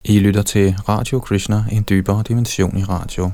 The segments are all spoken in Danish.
I lytter til Radio Krishna, en dybere dimension i radio.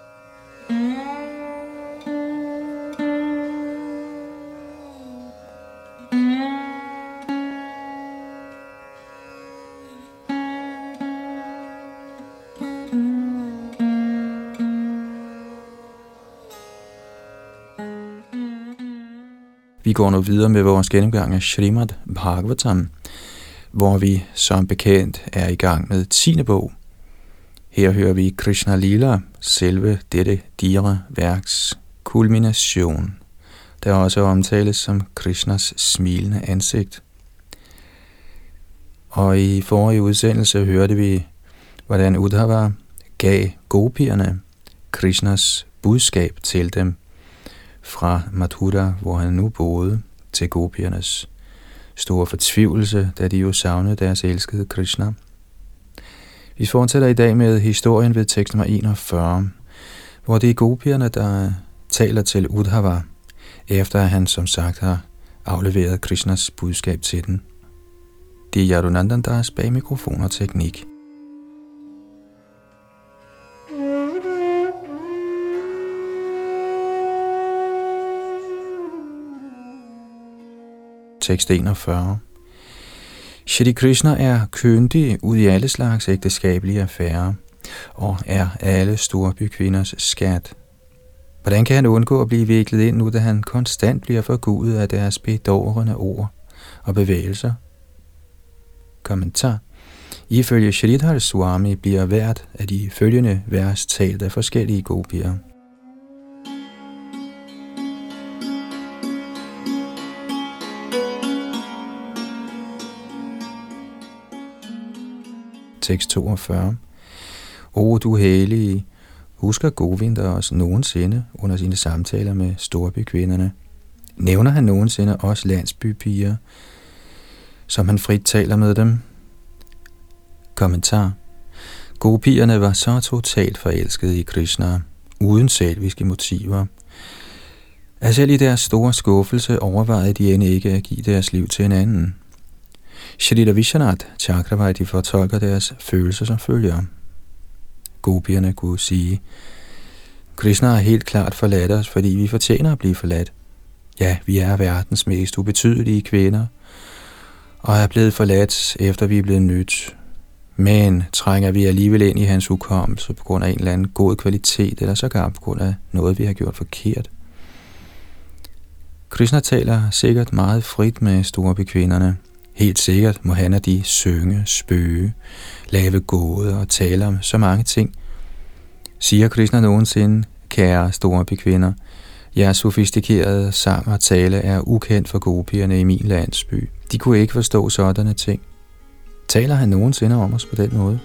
Vi går nu videre med vores gennemgang af Srimad Bhagavatam, hvor vi som bekendt er i gang med 10. bog. Her hører vi Krishna Lila, selve dette digre værks kulmination, der også omtales som Krishnas smilende ansigt. Og i forrige udsendelse hørte vi, hvordan Uddhava gav gopierne Krishnas budskab til dem fra Mathura, hvor han nu boede, til gopiernes store fortvivlelse, da de jo savnede deres elskede Krishna. Vi fortsætter i dag med historien ved tekst nummer 41, hvor det er gopierne, der taler til Uddhava, efter at han som sagt har afleveret Krishnas budskab til den. Det er Yadunandandas bag mikrofon og teknik. Tekst 41. Shri Krishna er kyndig ud i alle slags ægteskabelige affærer og er alle storbykvinders skat. Hvordan kan han undgå at blive viklet ind nu, da han konstant bliver forgudet af deres bedårende ord og bevægelser? Kommentar. Ifølge Sridhar Swami bliver hvert af de følgende vers talt af forskellige gopier. Tekst 42. O du hellige, husker Govinda os nogensinde under sine samtaler med storbykvinderne? Nævner han nogensinde også landsbypiger, som han frit taler med dem? Kommentar. Gopierne var så totalt forelskede i Krishna, uden selviske motiver, at selv i deres store skuffelse overvejede de end ikke at give deres liv til en anden. Shrila Vishwanath Chakravarti fortolker deres følelser som følger. Gopierne kunne sige, Krishna har helt klart forladt os, fordi vi fortjener at blive forladt. Ja, vi er verdens mest ubetydelige kvinder, og er blevet forladt, efter vi er blevet nydt. Men trænger vi alligevel ind i hans hukommelse på grund af en eller anden god kvalitet, eller sågar på grund af noget, vi har gjort forkert. Krishna taler sikkert meget frit med storbykvinderne. Helt sikkert må han og de synge, spøge, lave gåder og tale om så mange ting. Siger Krishna nogensinde, kære storbykvinder, jeres sofistikerede sang og tale er ukendt for gopierne i min landsby. De kunne ikke forstå sådanne ting. Taler han nogensinde om os på den måde?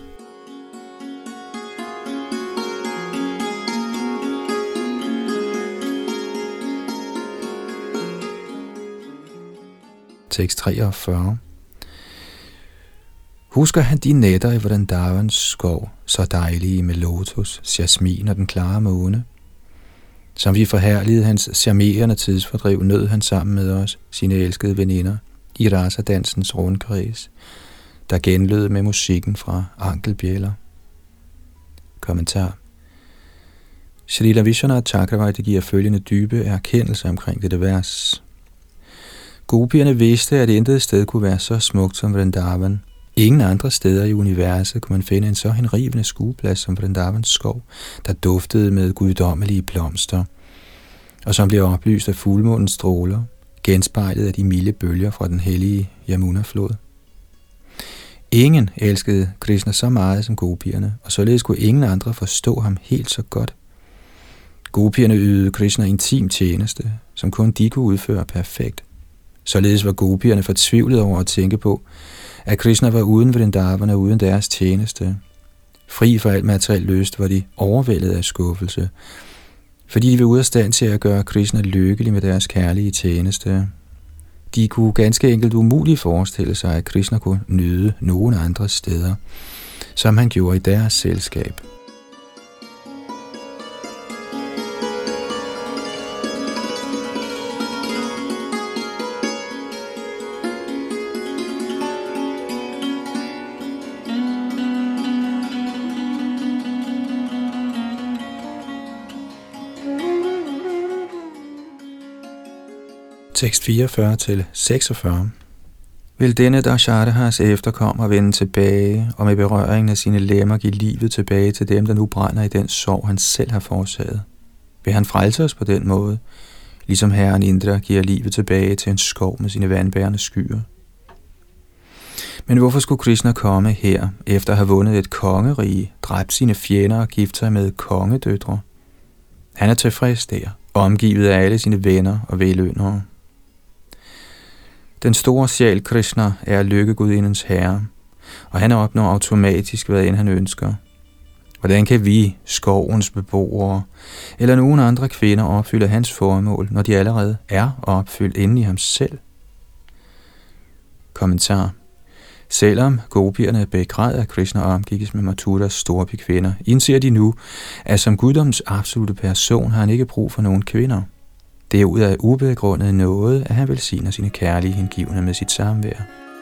Tekst 43. Husker han de nætter i Vrindavans skov, så dejlige med lotus, jasmin og den klare måne? Som vi forherligede hans charmerende tidsfordriv, nød han sammen med os, sine elskede veninder, i rasadansens rundkreds, der genlød med musikken fra ankelbjælder. Kommentar. Shrila Vishwanath Chakravarti giver følgende dybe erkendelse omkring dette vers. Gopierne vidste, at intet sted kunne være så smukt som Vrindavan. Ingen andre steder i universet kunne man finde en så henrivende skueplads som Vrindavans skov, der duftede med guddommelige blomster, og som blev oplyst af fuldmånens stråler, genspejlet af de milde bølger fra den hellige Yamuna-flod. Ingen elskede Krishna så meget som gopierne, og således kunne ingen andre forstå ham helt så godt. Gopierne ydede Krishna intim tjeneste, som kun de kunne udføre perfekt. Således var gopierne fortvivlet over at tænke på, at Krishna var uden Vrindavan og uden deres tjeneste. Fri for alt materielt lyst var de overvældet af skuffelse, fordi de var ude af stand til at gøre Krishna lykkelig med deres kærlige tjeneste. De kunne ganske enkelt umuligt forestille sig, at Krishna kunne nyde nogen andre steder, som han gjorde i deres selskab. Tekst 44-46. Vil denne Dasharatha's efterkommer vende tilbage, og med berøringen af sine lemmer give livet tilbage til dem, der nu brænder i den sorg, han selv har forårsaget? Vil han frelse os på den måde, ligesom herren Indra giver livet tilbage til en skov med sine vandbærende skyer? Men hvorfor skulle Krishna komme her, efter at have vundet et kongerige, dræbt sine fjender og gift sig med kongedøtre? Han er tilfreds der, omgivet af alle sine venner og velyndere. Den store sjæl Krishna er lykkegudindens herre, og han opnår automatisk, hvad end han ønsker. Hvordan kan vi, skovens beboere, eller nogen andre kvinder opfylde hans formål, når de allerede er opfyldt inde i ham selv? Kommentar. Selvom gopierne begræd, at Krishna omgikkes med Mathuras store kvinder, indser de nu, at som guddommens absolute person har han ikke brug for nogen kvinder. Det er ud af ubegrundet noget, at han velsigner sine kærlige hengivne med sit samvær.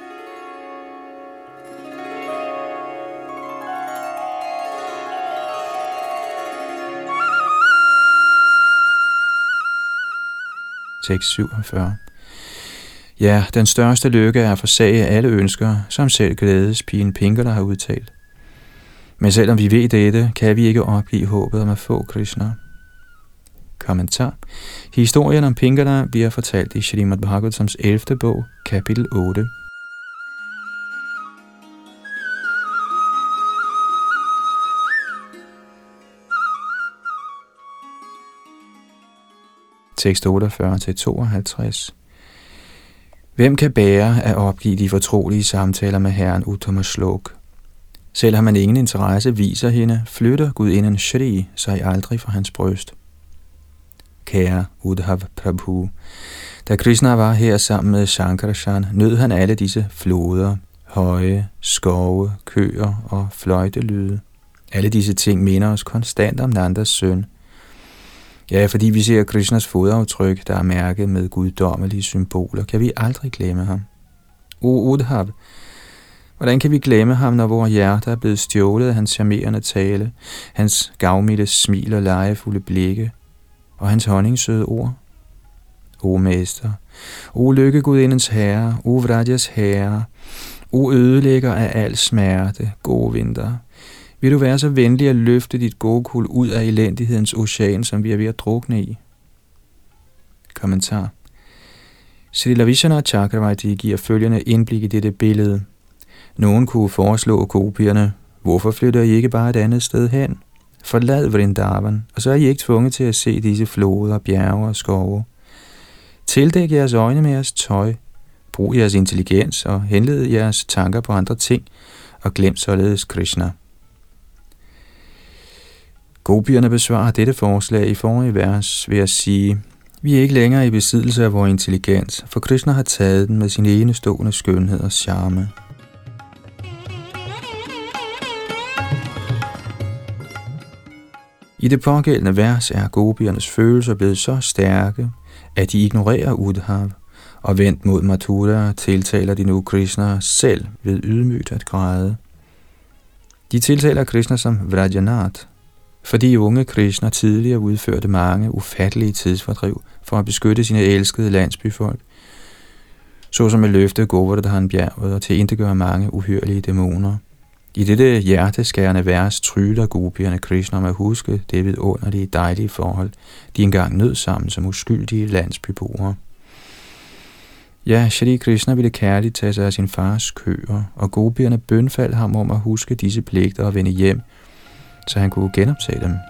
Tekst 47. Ja, den største lykke er at forsage alle ønsker, som selv glædespigen Pingala har udtalt. Men selvom vi ved dette, kan vi ikke opgive håbet om at få Krishna. Kommentar. Historien om Pingala bliver fortalt i Srimad Bhagavatams 11. bog, kapitel 8. Tekst 48-52. Hvem kan bære at opgive de fortrolige samtaler med herren Uttama Shlok? Selv har man ingen interesse, viser hende, flytter gudinden Shri sig aldrig fra hans bryst. Kære Uddhav Prabhu, da Krishna var her sammen med Shankarachan, nød han alle disse floder, høje, skove, køer og fløjtelyde. Alle disse ting minder os konstant om Nandas søn. Ja, fordi vi ser Krishnas fodaftryk, der er mærket med guddommelige symboler, kan vi aldrig glemme ham. O Uddhav, hvordan kan vi glemme ham, når vores hjerter er blevet stjålet af hans charmerende tale, hans gavmilde smil og legefulde blikke, og hans honningsøde ord? O mester, o lykkegudindens herre, o Vrajas herre, o ødelægger af al smerte, Govinda, vil du være så venlig at løfte dit Gokul ud af elendighedens ocean, som vi er ved at drukne i? Kommentar. Srila Vishwanath Chakravarti giver følgende indblik i dette billede. Nogen kunne foreslå gopierne, hvorfor flytter I ikke bare et andet sted hen? Forlad Vrindavan, og så er I ikke tvunget til at se disse floder, bjerge og skove. Tildæk jeres øjne med jeres tøj, brug jeres intelligens og henled jeres tanker på andre ting, og glem således Krishna. Gopierne besvarer dette forslag i forrige vers ved at sige, vi er ikke længere i besiddelse af vores intelligens, for Krishna har taget den med sin enestående skønhed og charme. I det pågældende vers er gopiernes følelser blevet så stærke, at de ignorerer Uddhav, og vendt mod Mathura tiltaler de nu Krishna selv ved ydmygt at græde. De tiltaler Krishna som Vrajanath, fordi unge Krishna tidligere udførte mange ufattelige tidsfordriv for at beskytte sine elskede landsbyfolk, såsom at løfte Govardhan-bjerget og tilintetgøre mange uhyrlige dæmoner. I dette hjerteskærende vers tryller gopierne Krishna om at huske det vidunderlige dejlige forhold, de engang nød sammen som uskyldige landsbyboere. Ja, Shri Krishna ville kærligt tage sig af sin fars køer, og gopierne bønfaldt ham om at huske disse pligter og vende hjem, så han kunne genoptage dem.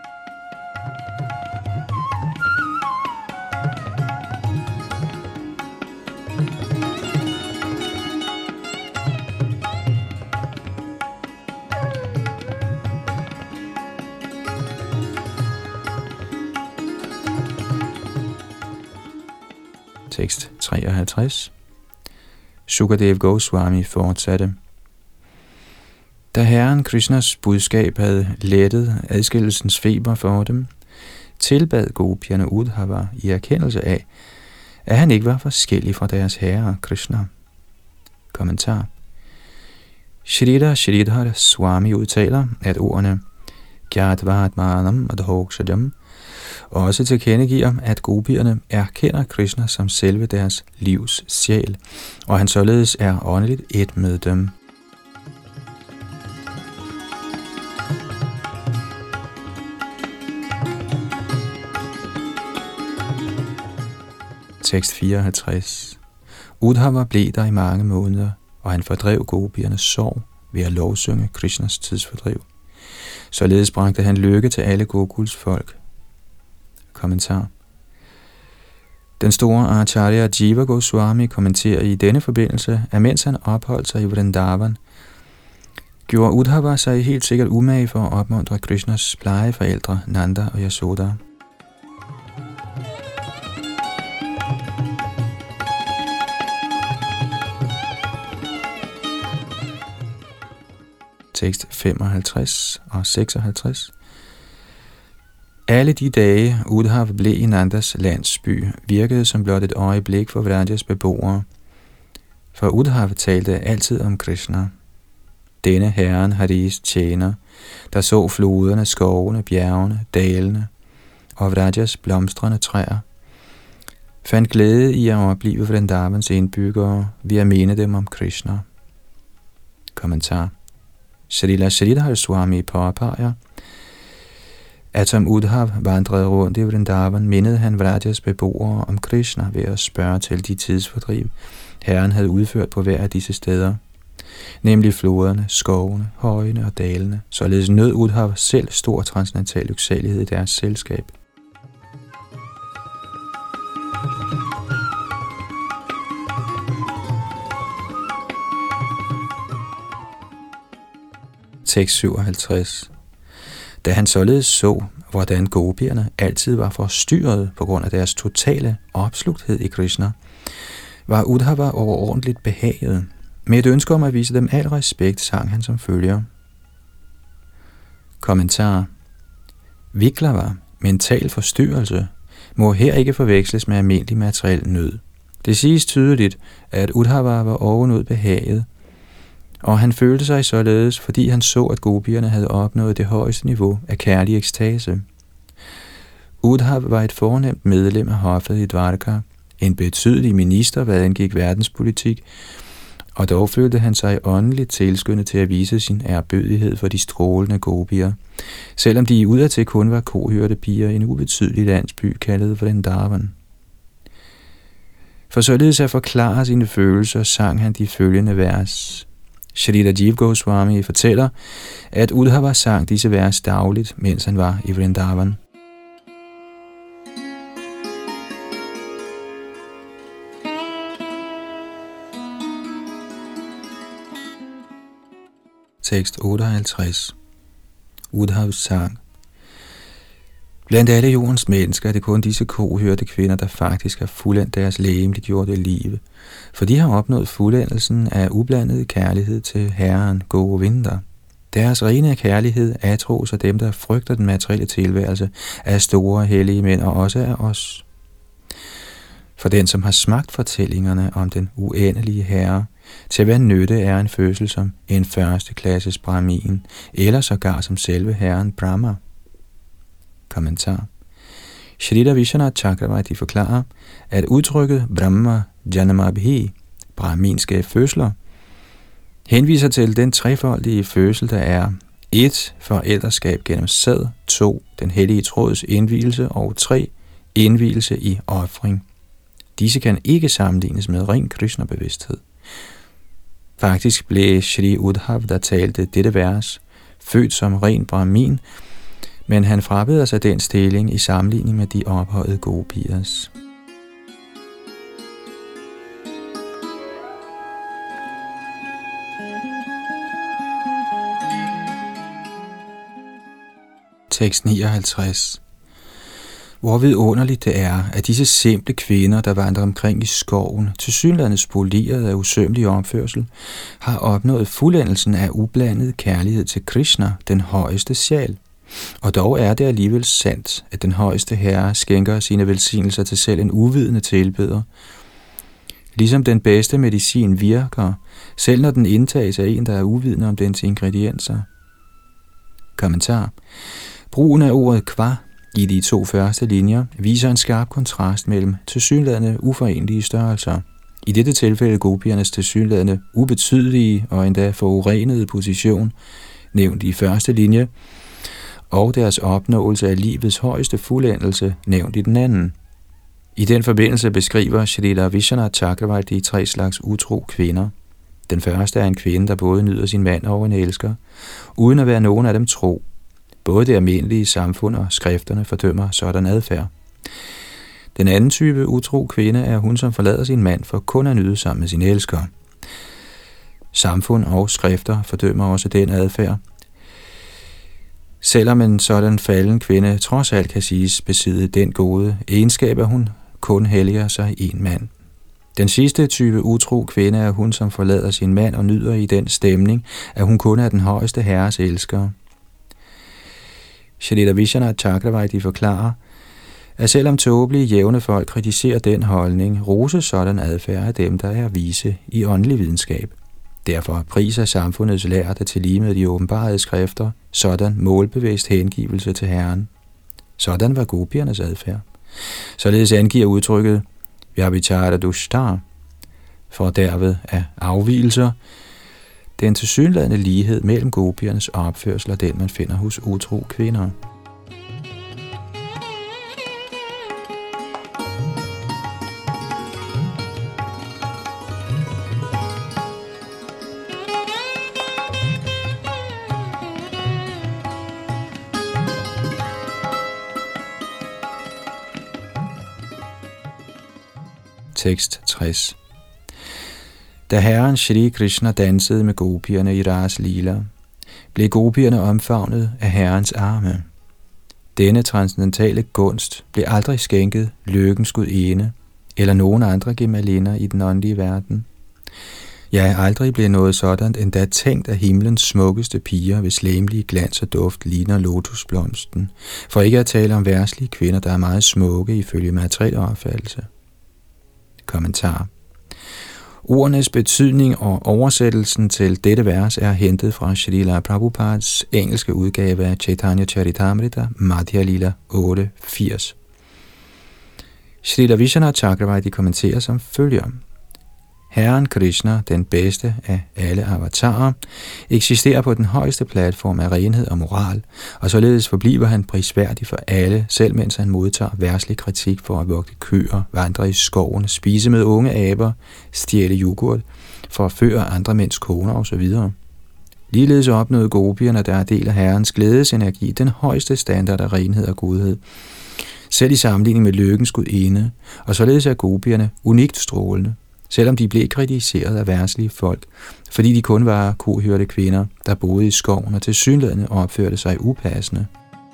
Tekst 53. Sukadev Goswami fortsatte. Da herren Krishnas budskab havde lettet adskillelsens feber for dem, tilbad gopierne Uddhava i erkendelse af, at han ikke var forskellig fra deres herre Krishna. Kommentar. Shrita Sridhar Swami udtaler, at ordene Gyatvatmanam Adhokshadam og også tilkendegiver, at gopierne erkender Krishna som selve deres livs sjæl, og han således er åndeligt et med dem. Tekst 54. Uddhava blev der i mange måneder, og han fordrev gopiernes sorg ved at lovsynge Krishnas tidsfordriv. Således bragte han lykke til alle Gokuls folk. Kommentar. Den store Acharya Jiva Goswami kommenterer i denne forbindelse, at mens han opholdt sig i Vrindavan, gjorde Uddhava sig helt sikkert umage for at opmuntre Krishnas plejeforældre Nanda og Yashoda. Tekst 55 og 56. Alle de dage, Uddhava blev i Nandas landsby, virkede som blot et øjeblik for Vrajas beboere. For Uddhava talte altid om Krishna. Denne herren Haris tjener, der så floderne, skovene, bjergene, dalene og Vrajas blomstrende træer, fandt glæde i at opleve Vrindavans indbyggere ved at minde dem om Krishna. Kommentar. Srila Sridhar Swami påpeger, at som Uddhava vandrede rundt i Vrindavan, mindede han Vrajas beboere om Krishna ved at spørge til de tidsfordriv, herren havde udført på hver af disse steder, nemlig floderne, skovene, højene og dalene. Således nød Uddhava selv stor transcendental lyksalighed i deres selskab. Tekst 57. Da han således så, hvordan gopierne altid var forstyrret på grund af deres totale opslugthed i Krishna, var Uddhava overordentligt behaget. Med et ønske om at vise dem al respekt, sang han som følger. Kommentar. Viklava, mental forstyrrelse, må her ikke forveksles med almindelig materiel nød. Det siges tydeligt, at Uddhava var ovenud behaget, og han følte sig således, fordi han så, at gopierne havde opnået det højeste niveau af kærlig ekstase. Uddhava var et fornemt medlem af hoffet i Dvarka, en betydelig minister, hvad angik verdenspolitik, og dog følte han sig åndeligt tilskyndet til at vise sin ærbødighed for de strålende gopier, selvom de udadtil kun var kohyrtepiger i en ubetydelig landsby kaldet Vrindavan. For således at forklare sine følelser, sang han de følgende vers. Shrita Jiva Goswami fortæller, at Uddhava sang disse vers dagligt, mens han var i Vrindavan. Tekst 58. Uddhavas sang. Blandt alle jordens mennesker er det kun disse kohørte kvinder, der faktisk har fuldendt deres legemliggjorte liv, for de har opnået fuldendelsen af ublandet kærlighed til Herren Govinda. Deres rene kærlighed atros af dem, der frygter den materielle tilværelse, af store hellige mænd og også af os. For den, som har smagt fortællingerne om den uendelige herre, til hvad nytte er en fødsel som en førsteklasses brahmin, eller sågar som selve herren Brahma. Kommentar. Shrita Vishwanath Chakravarti forklarer, at udtrykket Brahma Janamabhi, brahminske fødsler, henviser til den trefoldige fødsel, der er 1. Forældreskab gennem sæd, 2. Den hellige tråds indvielse og 3. Indvielse i ofring. Disse kan ikke sammenlignes med ren Krishna-bevidsthed. Faktisk blev Shri Uddhava, der talte dette vers, født som ren brahmin, men han frabeder sig den stilling i sammenligning med de ophøjede gopiers. Tekst 59. Hvor vidunderligt det er, at disse simple kvinder, der vandrer omkring i skoven, tilsyneladende spoleret af usømmelig opførsel, har opnået fuldendelsen af ublandet kærlighed til Krishna, den højeste sjæl. Og dog er det alligevel sandt, at den højeste herre skænker sine velsignelser til selv en uvidende tilbeder. Ligesom den bedste medicin virker, selv når den indtages af en, der er uvidende om dens ingredienser. Kommentar. Brugen af ordet kva i de 2 første linjer viser en skarp kontrast mellem tilsyneladende uforenelige størrelser. I dette tilfælde gopiernes tilsyneladende ubetydelige og endda forurenede position, nævnt i første linje, og deres opnåelse af livets højeste fuldendelse, nævnt i den anden. I den forbindelse beskriver Shrila Vishwanath Chakravarti 3 slags utro kvinder. Den første er en kvinde, der både nyder sin mand og en elsker, uden at være nogen af dem tro. Både det almindelige samfund og skrifterne fordømmer sådan adfærd. Den anden type utro kvinde er hun, som forlader sin mand for kun at nyde sammen med sin elsker. Samfund og skrifter fordømmer også den adfærd. Selvom en sådan falden kvinde trods alt kan siges besidde den gode egenskab, at hun kun helliger sig en mand. Den sidste type utro kvinde er hun, som forlader sin mand og nyder i den stemning, at hun kun er den højeste herres elsker. Shrila Vishwanath Chakravarti forklarer, at selvom tåbelige jævne folk kritiserer den holdning, roses sådan adfærd af dem, der er vise i åndelig videnskab. Derfor priser samfundets lærte til lige med de åbenbarede skrifter sådan målbevidst hengivelse til Herren. Sådan var gopiernes adfærd. Således angiver udtrykket Vyabhichara Dushtar, for derved af afvigelser, den tilsyneladende lighed mellem gopiernes opførsel og den, man finder hos utro kvinder. Tekst 60. Da Herren Shri Krishna dansede med gopierne i Ras Lila, blev gopierne omfavnet af Herrens arme. Denne transcendentale gunst blev aldrig skænket lykkens gudinde eller nogen andre gemalinder i den åndelige verden. Ja, aldrig blev noget sådan endda tænkt af himlens smukkeste piger, hvis legemlige glans og duft ligner lotusblomsten, for ikke at tale om verdslige kvinder, der er meget smukke ifølge materiel opfattelse. Kommentar. Ordenes betydning og oversættelsen til dette vers er hentet fra Srila Prabhupads engelske udgave af Chaitanya Charitamrita, Madhya Lila 8.80. Srila Vishwanath Chakravarti kommenterer som følger. Herren Krishna, den bedste af alle avatarer, eksisterer på den højeste platform af renhed og moral, og således forbliver han prisværdig for alle, selv mens han modtager verdslig kritik for at vogte køer, vandre i skoven, spise med unge aber, stjæle yoghurt, for at føre andre mænds koner osv. Ligeledes opnåede gopierne, der er del af Herrens glædesenergi, den højeste standard af renhed og godhed, selv i sammenligning med lykkens gudinde, og således er gopierne unikt strålende, selvom de blev kritiseret af verdslige folk, fordi de kun var kohørte kvinder, der boede i skoven og tilsyneladende opførte sig upassende.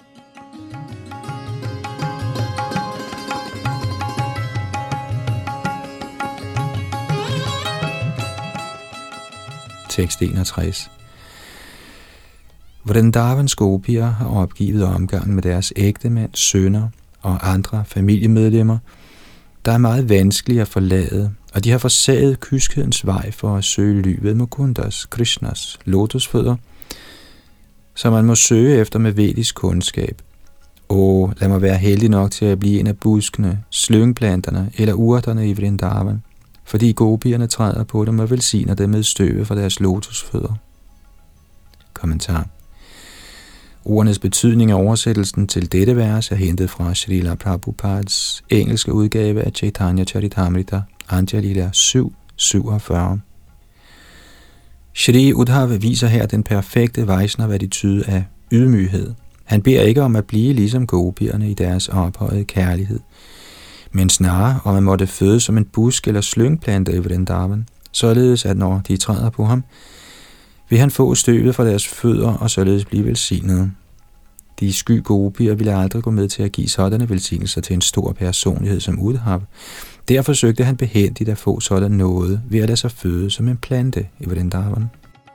Tekst 61. Vrindavans gopier har opgivet omgangen med deres ægtemænd, sønner og andre familiemedlemmer, der er meget vanskelige at forlade, og de har forsaget kyskhedens vej for at søge ly ved Mukundas, Krishnas, lotusfødder, som man må søge efter med vedisk kundskab. Lad mig være heldig nok til at blive en af buskene, slyngplanterne eller urterne i Vrindavan, fordi gopierne træder på dem og velsigner dem med støve fra deres lotusfødder. Kommentar. Ordenes betydning af oversættelsen til dette vers er hentet fra Srila Prabhupads engelske udgave af Chaitanya Charitamrita, Madhya Lila 7.47. Shri Uddhava viser her den perfekte Vaishnava-attitude af ydmyghed. Han beder ikke om at blive ligesom gopierne i deres ophøjede kærlighed, men snarere om at måtte føde som en busk eller slyngplante i Vrindavan, således at når de træder på ham, vil han få støvet fra deres fødder og således blive velsignet. De sky gopier ville aldrig gå med til at give sådanne velsignelser til en stor personlighed som Uddhava. Derfor søgte han behændigt at få sådan noget ved at lade sig føde som en plante i Vrindavan.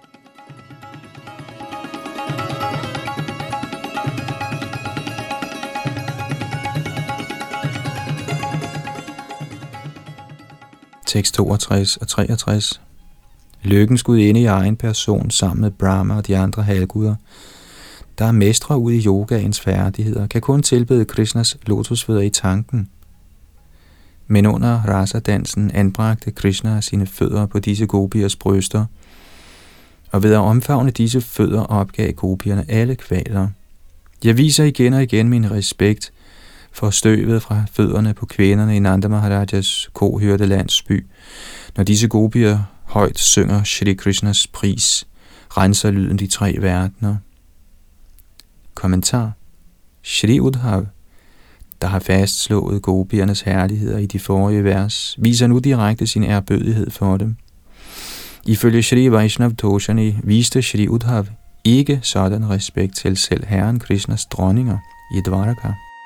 Tekst 62 og 63. Lykkens gudinde i egen person sammen med Brahma og de andre halvguder, der er mestre ude i yogaens færdigheder, kan kun tilbede Krishnas lotusfødder i tanken. Men under rasa-dansen anbragte Krishna sine fødder på disse gopiers bryster, og ved at omfavne disse fødder opgav gopierne alle kvaler. Jeg viser igen og igen min respekt for støvet fra fødderne på kvinderne i Nanda Maharajas kohyrte landsby. Når disse gopier højt synger Shri Krishnas pris, renser lyden de tre verdener. Kommentar. Shri Udhav, der har fastslået gopiernes herligheder i de forrige vers, viser nu direkte sin ærbødighed for dem. Ifølge Shri Vaishnav Toshani viste Shri Udhav ikke sådan respekt til selv herren Krishnas dronninger i Dvaraka.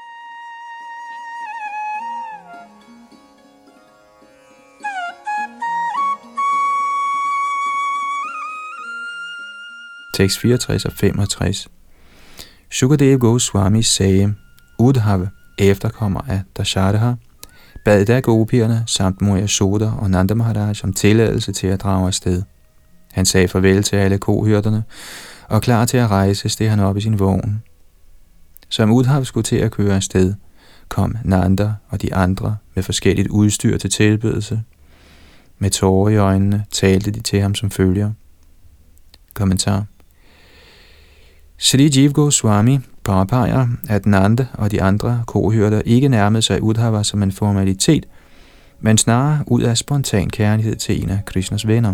Tekst 64 og 65. Shukadev Goswami sagde, Udhav, efterkommer af Dasharatha, bad da gopierne samt Mor Yashoda og Nanda Maharaj om tilladelse til at drage afsted. Han sagde farvel til alle kohyrderne, og klar til at rejse, steg han op i sin vogn. Som Udhav skulle til at køre afsted, kom Nanda og de andre med forskelligt udstyr til tilbedelse. Med tårer i øjnene talte de til ham som følger. Kommentar. Shri Jiva Goswami påpeger, at Nanda og de andre kohyrder ikke nærmede sig Udhava som en formalitet, men snarere ud af spontan kærlighed til en af Krishnas venner.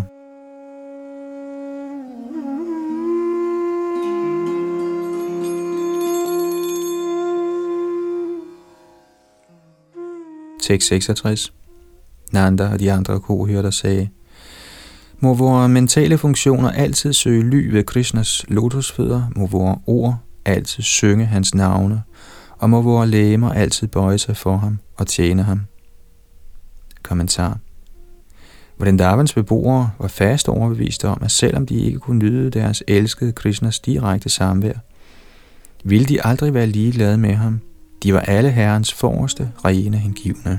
Tekst 66. Nanda og de andre kohyrder sagde, må vores mentale funktioner altid søge ly ved Krishnas lotusfødder, må vores ord altid synge hans navne, og må vores legemer altid bøje sig for ham og tjene ham. Kommentar. Vrindavans beboere var fast overbeviste om, at selvom de ikke kunne nyde deres elskede Krishnas direkte samvær, ville de aldrig være ligeglade med ham. De var alle herrens forreste, rene hengivne.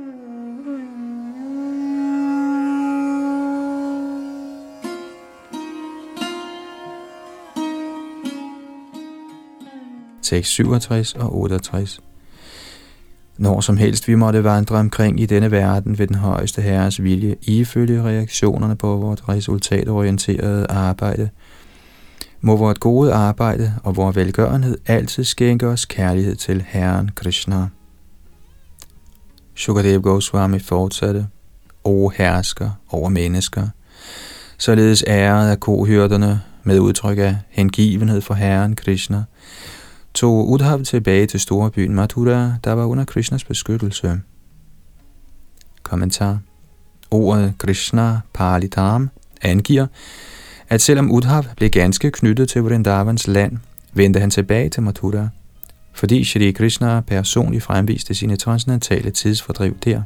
Tekst 67 og 68. Når som helst vi måtte vandre omkring i denne verden ved den højeste herres vilje, ifølge reaktionerne på vort resultatorienterede arbejde, må vort gode arbejde og vor velgørenhed altid skænke os kærlighed til Herren Krishna. Shukadev Goswami fortsatte, O hersker over mennesker, således æret af kohyrderne med udtryk af hengivenhed for Herren Krishna, tog Udhav tilbage til storbyen Mathura, der var under Krishnas beskyttelse. Kommentar. Ordet Krishna Palitam angiver, at selvom Udhav blev ganske knyttet til Vrindavans land, vendte han tilbage til Mathura, fordi Shri Krishna personligt fremviste sine transcendentale tidsfordriv der.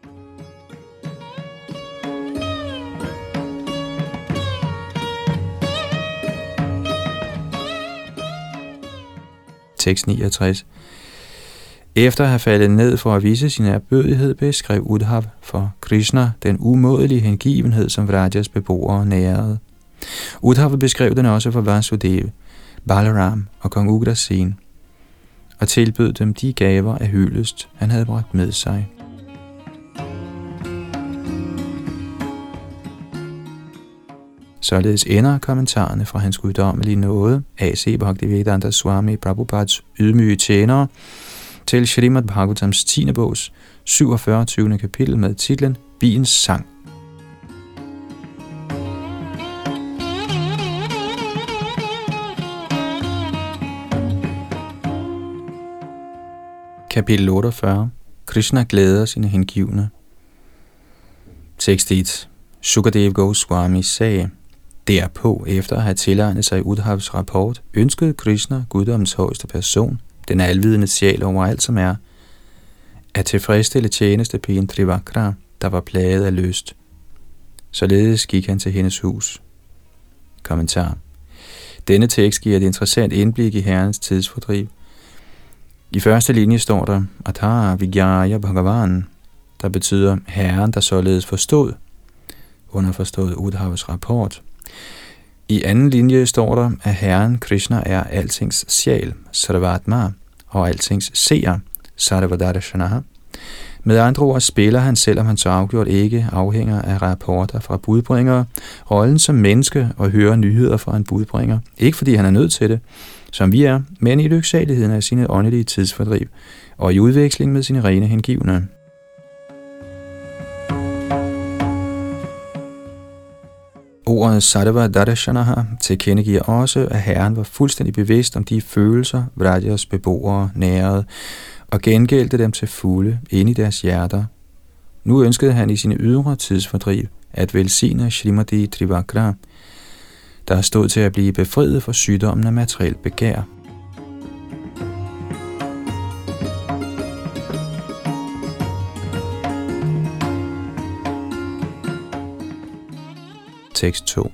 Tekst 69. Efter at have faldet ned for at vise sin ærbødighed, beskrev Udhav for Krishna den umådelige hengivenhed, som Vrajas beboere nærede. Udhav beskrev den også for Vasudev, Balaram og kong Ugrasen, og tilbød dem de gaver af hyldest, han havde bragt med sig. Således ender kommentarerne fra hans guddommelige nåde, A.C. Bhaktivedanta Swami Prabhupads ydmyge tjenere, til Srimad Bhagavatams 10. bogs 47. kapitel med titlen Biens sang. Kapitel 48. Krishna glæder sine hengivne. Tekst 1. Shukadev Goswami sagde, derpå, efter at have tilegnet sig Udhavs rapport, ønskede Krishna, guddommens højeste person, den alvidende sjæl over alt som er, at tilfredsstille tjenestepigen Trivakra, der var plaget af lyst. Således gik han til hendes hus. Kommentar. Denne tekst giver et interessant indblik i herrens tidsfordriv. I første linje står der Atha Vigyaya Bhagavan, der betyder herren, der således forstod, underforstået Udhavs rapport. I anden linje står der, at Herren Krishna er altings sjæl, Sarvatma, og altings seer, Sarvadarshanaha. Med andre ord spiller han, selvom han så afgjort ikke afhænger af rapporter fra budbringere, rollen som menneske og hører nyheder fra en budbringer. Ikke fordi han er nødt til det, som vi er, men i lyksaligheden af sine åndelige tidsfordriv og i udveksling med sine rene hengivne. Ordet Sarvadarshanaha tilkendegiver også, at Herren var fuldstændig bevidst om de følelser, Vrajas beboere nærede, og gengældte dem til fulde inde i deres hjerter. Nu ønskede han i sine ydre tidsfordriv at velsigne Shrimati Trivakra, der stod til at blive befriet fra sygdommen af materielt begær. Tekst 2.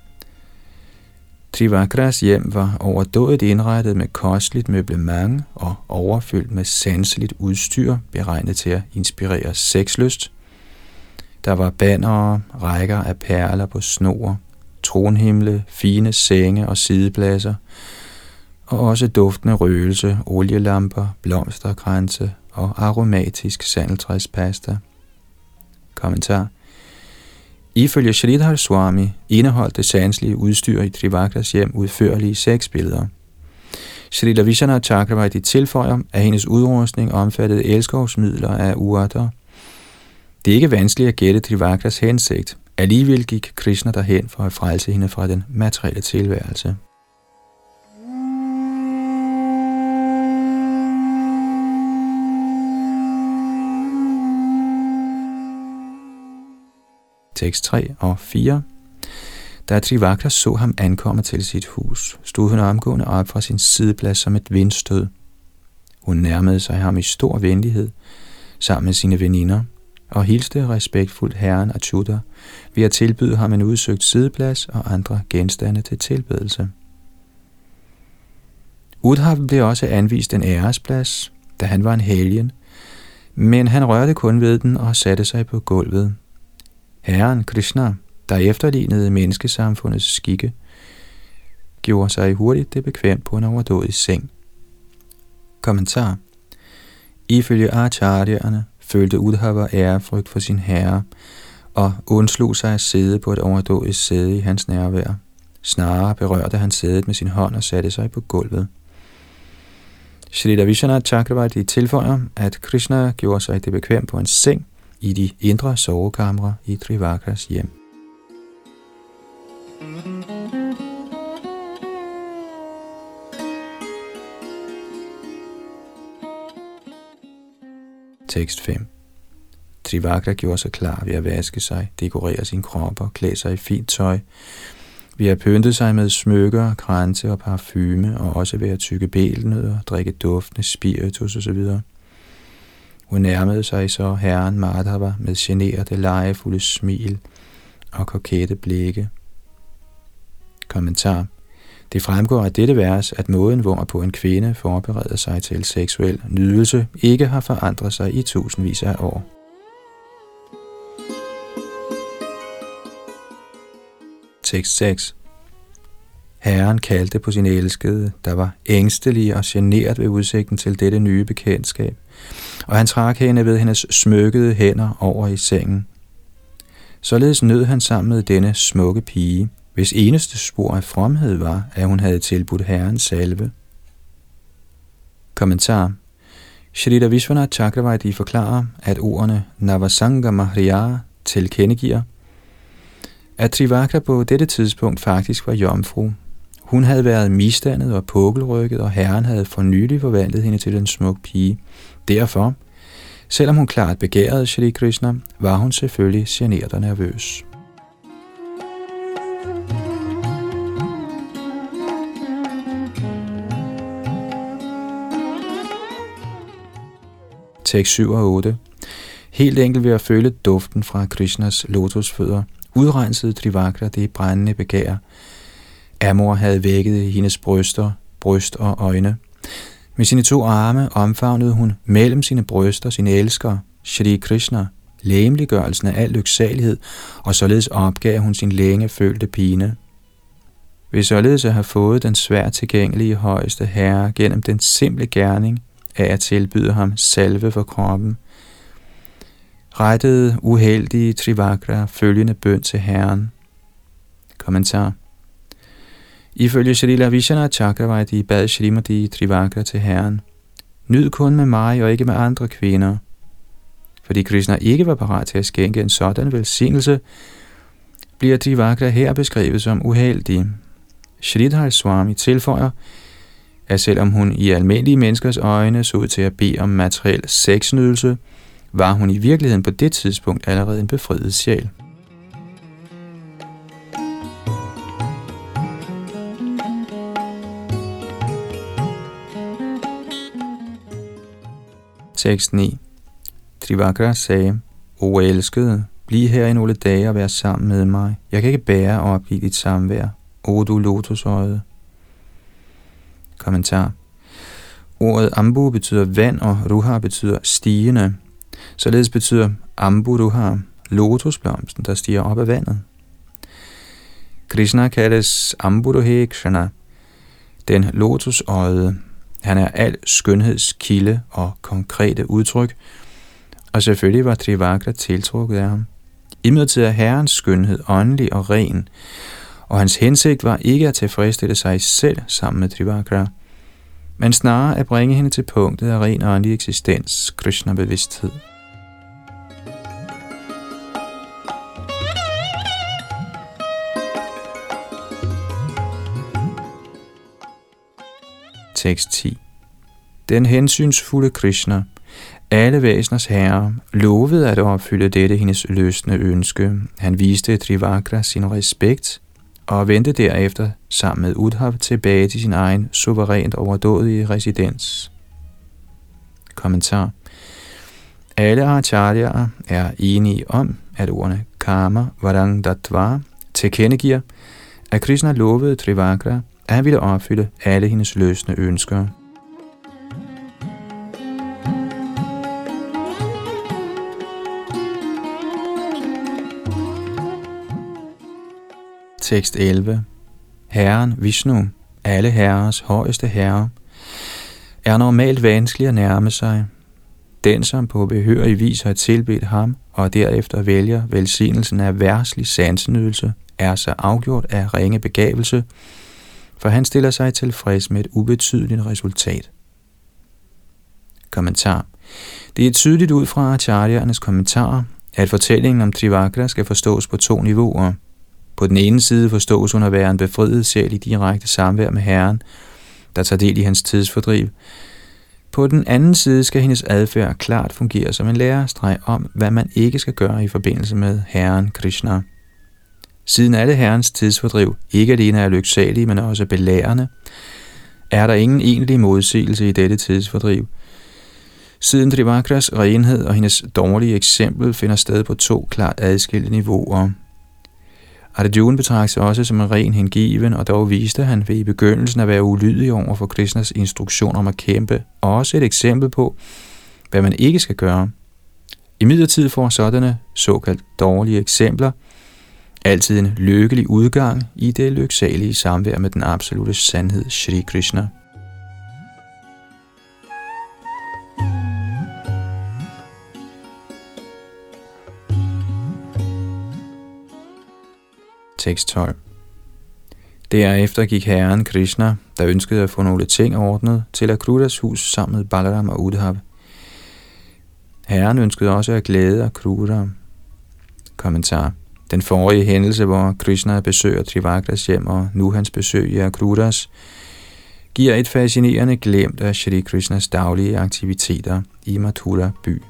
Trivakras hjem var overdådigt indrettet med kosteligt møblement og overfyldt med sanseligt udstyr, beregnet til at inspirere sexlyst. Der var bannere, rækker af perler på snor, tronhimle, fine senge og sidepladser, og også duftende røgelse, olielamper, blomsterkranse og aromatisk sandeltræspasta. Kommentar. Ifølge Sridhar Swami indeholdt det sanselige udstyr i Trivakras hjem udførlige sexbilleder. Srila Vishwanath Chakravarti tilføjer, at hendes udrustning omfattede elskovsmidler af urter. Det er ikke vanskeligt at gætte Trivakras hensigt. Alligevel gik Krishna derhen for at frelse hende fra den materielle tilværelse. Tekst 3 og 4. Da Trivakra så ham ankomme til sit hus, stod hun omgående op fra sin sideplads som et vindstød. Hun nærmede sig ham i stor venlighed sammen med sine veninder og hilste respektfuldt herren Achyuta ved at tilbyde ham en udsøgt sideplads og andre genstande til tilbedelse. Uddhava blev også anvist en æresplads, da han var en helgen, men han rørte kun ved den og satte sig på gulvet. Herren Krishna, der efterlignede menneskesamfundets skikke, gjorde sig hurtigt det bekvemt på en overdådig seng. Kommentar. Ifølge acharyerne følte Uddhava ærefrygt for sin herre og undslog sig at sidde på et overdådigt sæde i hans nærvær. Snarere berørte han sædet med sin hånd og satte sig på gulvet. Srila Vishwanath Chakravarti tilføjer, at Krishna gjorde sig det bekvemt på en seng i de indre sovekamre i Trivakras hjem. Tekst 5. Trivakra gjorde sig klar ved at vaske sig, dekorere sin krop og klæde sig i fint tøj, ved at pynte sig med smykker, kranse og parfume, og også ved at tygge bælnødder, drikke duftende spiritus osv. Hun nærmede sig så herren Madhava med generede, legefulde smil og kokette blikke. Kommentar. Det fremgår af dette vers, at måden, hvorpå en kvinde forbereder sig til seksuel nydelse, ikke har forandret sig i tusindvis af år. Tekst 6. Herren kaldte på sin elskede, der var ængstelig og genert ved udsigten til dette nye bekendtskab, og han trak hende ved hendes smykkede hænder over i sengen. Således nød han sammen med denne smukke pige, hvis eneste spor af fromhed var, at hun havde tilbudt herren salve. Kommentar. Shrita Vishwanath Chakravarti forklarer, at ordene Navasanga Mahriya tilkendegiver, at Trivakra på dette tidspunkt faktisk var jomfru. Hun havde været misdannet og pukkelrykket, og herren havde for nylig forvandlet hende til en smuk pige. Derfor, selvom hun klart begærede Shri Krishna, var hun selvfølgelig genert og nervøs. Tekst 7 og 8. Helt enkelt ved at føle duften fra Krishnas lotusfødder, udrensede Trivakra det brændende begær. Amor havde vækket hendes bryst og øjne. Med sine 2 arme omfavnede hun mellem sine bryster sin elsker, Shri Krishna, legemliggørelsen af al lyksalighed, og således opgav hun sin længe følte pine. ved således at have fået den svært tilgængelige højeste herre gennem den simple gerning af at tilbyde ham salve for kroppen, rettede uheldige Trivakra følgende bøn til herren. Kommentar. Ifølge Srila Vishwanath Chakravarti bad Shrimati Trivakra til herren: nyd kun med mig og ikke med andre kvinder. Fordi Krishna ikke var parat til at skænke en sådan velsignelse, bliver Trivakra her beskrevet som uheldig. Sridhar Swami tilføjer, at selvom hun i almindelige menneskers øjne så ud til at bede om materiel sexnydelse, var hun i virkeligheden på det tidspunkt allerede en befriet sjæl. Tekst 9. Trivakra sagde: O elskede, bliv her i nogle dage og vær sammen med mig. Jeg kan ikke bære at opgive dit samvær, o du lotusøjede. Kommentar. Ordet ambu betyder vand, og ruha betyder stigende. Således betyder ambu ruha lotusblomsten, der stiger op af vandet. Krishna kaldes amburuhe Krishna, den lotusøjede. Han er al skønhedskilde og konkrete udtryk, og selvfølgelig var Trivakra tiltrukket af ham. Imidlertid er herrens skønhed åndelig og ren, og hans hensigt var ikke at tilfredsstille sig selv sammen med Trivakra, men snarere at bringe hende til punktet af ren åndelig eksistens, Krishna-bevidsthed. Tekst 10. Den hensynsfulde Krishna, alle væseners herre, lovede at opfylde dette hendes lystne ønske. Han viste Trivakra sin respekt og vendte derefter sammen med Uddhav tilbage til sin egen suverænt overdådige residens. Kommentar. Alle acharyaer er enige om, at ordene karma varang dattva tilkendegiver, at Krishna lovede Trivakra, at han ville opfylde alle hendes løsne ønsker. Tekst 11. Herren Vishnu, alle herres højeste herre, er normalt vanskelig at nærme sig. Den, som på behørig vis har tilbedt ham, og derefter vælger velsignelsen af verdslig sansenydelse, er så afgjort af ringe begavelse, for han stiller sig tilfreds med et ubetydeligt resultat. Kommentar. Det er tydeligt ud fra acharyernes kommentarer, at fortællingen om Trivakra skal forstås på to niveauer. På den ene side forstås hun at være en befriet sjæl i direkte samvær med Herren, der tager del i hans tidsfordriv. På den anden side skal hendes adfærd klart fungere som en lærestreg om, hvad man ikke skal gøre i forbindelse med Herren Krishna. Siden alle Herrens tidsfordriv ikke alene er lyksalige, men også belærende, er der ingen egentlig modsigelse i dette tidsfordriv. Siden Trivakras renhed og hendes dårlige eksempel finder sted på to klart adskilte niveauer. Arjuna betragtes også som en ren hengiven, og dog viste han ved i begyndelsen at være ulydig over for Krishnas instruktion om at kæmpe, og også et eksempel på, hvad man ikke skal gøre. Imidlertid får sådanne såkaldt dårlige eksempler altid en lykkelig udgang i det lyksalige samvær med den absolute sandhed, Shri Krishna. Tekst 12. Derefter gik herren Krishna, der ønskede at få nogle ting ordnet, til Akruras hus sammen med Balaram og Uddhav. Herren ønskede også at glæde Akrura. Kommentar. Den forrige hændelse, hvor Krishna besøger Trivakras hjem, og nu hans besøg i Akruras, giver et fascinerende glimt af Shri Krishnas daglige aktiviteter i Mathura by.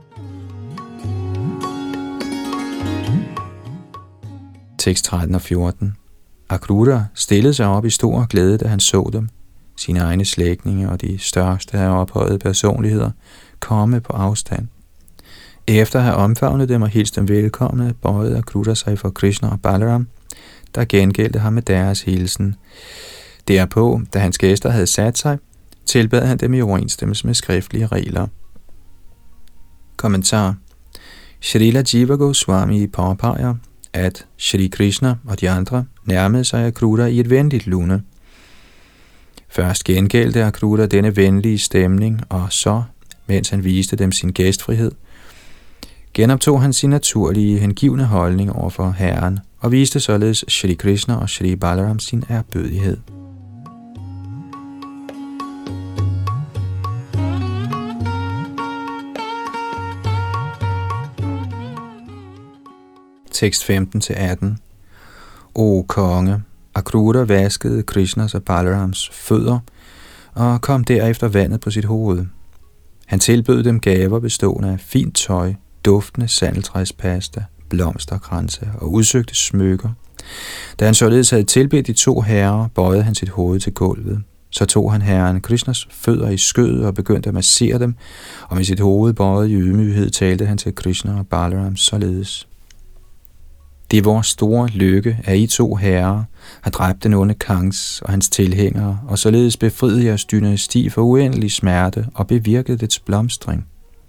Tekst 13 og 14. Akrura stillede sig op i stor glæde, da han så dem, sine egne slægtninge og de største af ophøjede personligheder, komme på afstand. Efter at have omfavnet dem og hilst dem velkomne, bøjede Akrura sig for Krishna og Balaram, der gengældte ham med deres hilsen. Derpå, da hans gæster havde sat sig, tilbad han dem i overensstemmelse med skriftlige regler. Kommentar. Srila Jiva Goswami påpeger, at Shri Krishna og de andre nærmede sig Akrura i et venligt lune. Først gengældte Akrura denne venlige stemning, og så, mens han viste dem sin gæstfrihed, genoptog han sin naturlige hengivne holdning over for Herren, og viste således Shri Krishna og Shri Balaram sin ærbødighed. Tekst 15-18. O konge, Akrura vaskede Krishnas og Balarams fødder, og kom derefter vandet på sit hoved. Han tilbød dem gaver bestående af fint tøj, duftende sandeltræspasta, blomsterkranse og udsøgte smykker. Da han således havde tilbedt de to herrer, bøjede han sit hoved til gulvet. Så tog han herren Krishnas fødder i skødet og begyndte at massere dem, og med sit hoved bøjet i ydmyghed talte han til Krishna og Balaram således. Det er vores store lykke, at I to herrer har dræbt den onde Kangs og hans tilhængere, og således befriet jeres dynasti for uendelig smerte og bevirket dets blomstring.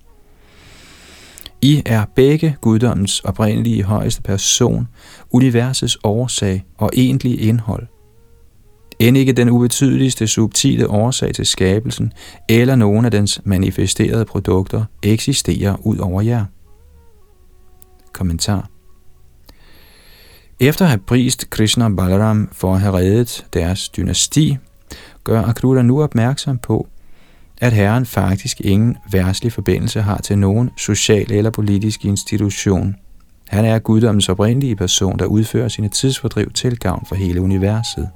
I er begge guddommens oprindelige højeste person, universets årsag og egentlige indhold. End ikke den ubetydeligste subtile årsag til skabelsen eller nogen af dens manifesterede produkter eksisterer ud over jer. Kommentar. Efter at have prist Krishna og Balaram for at have reddet deres dynasti, gør Akrura nu opmærksom på, at Herren faktisk ingen verdslig forbindelse har til nogen social eller politisk institution. Han er guddommens oprindelige person, der udfører sine tidsfordriv til gavn for hele universet.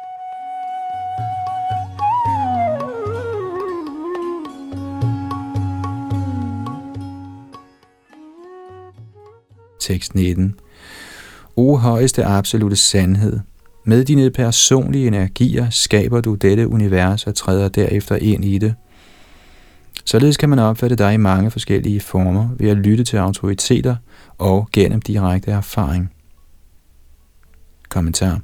Tekst 19. O højeste absolute sandhed, med dine personlige energier skaber du dette univers og træder derefter ind i det. Således kan man opfatte dig i mange forskellige former ved at lytte til autoriteter og gennem direkte erfaring. Kommentar.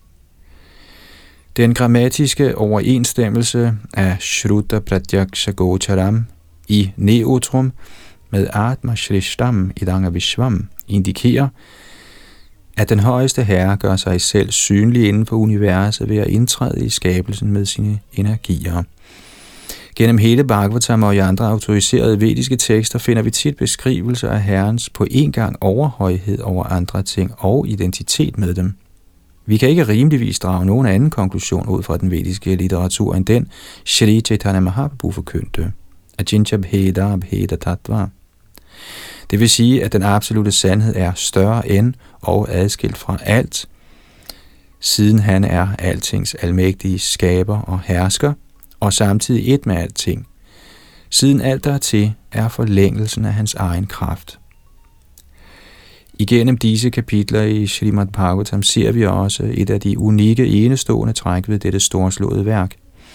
Den grammatiske overensstemmelse af Shruta Pratyaksha Gocharam i Neutrum med Atma Shrishtam Idanga Vishvam indikerer, at den højeste herre gør sig selv synlig inden for universet ved at indtræde i skabelsen med sine energier. Gennem hele Bhagavatam og i andre autoriserede vediske tekster finder vi tit beskrivelser af herrens på en gang overhøjhed over andre ting og identitet med dem. Vi kan ikke rimeligvis drage nogen anden konklusion ud fra den vediske litteratur end den, Shri Chaitanya Mahaprabhu forkyndte, Ajincha Bheda Bheda Tattva. Det vil sige, at den absolute sandhed er større end og adskilt fra alt, siden han er altings almægtige skaber og hersker, og samtidig et med alting, siden alt der er til, er forlængelsen af hans egen kraft. Igennem disse kapitler i Srimad Bhagavatam ser vi også et af de unikke enestående træk ved dette storslåede værk.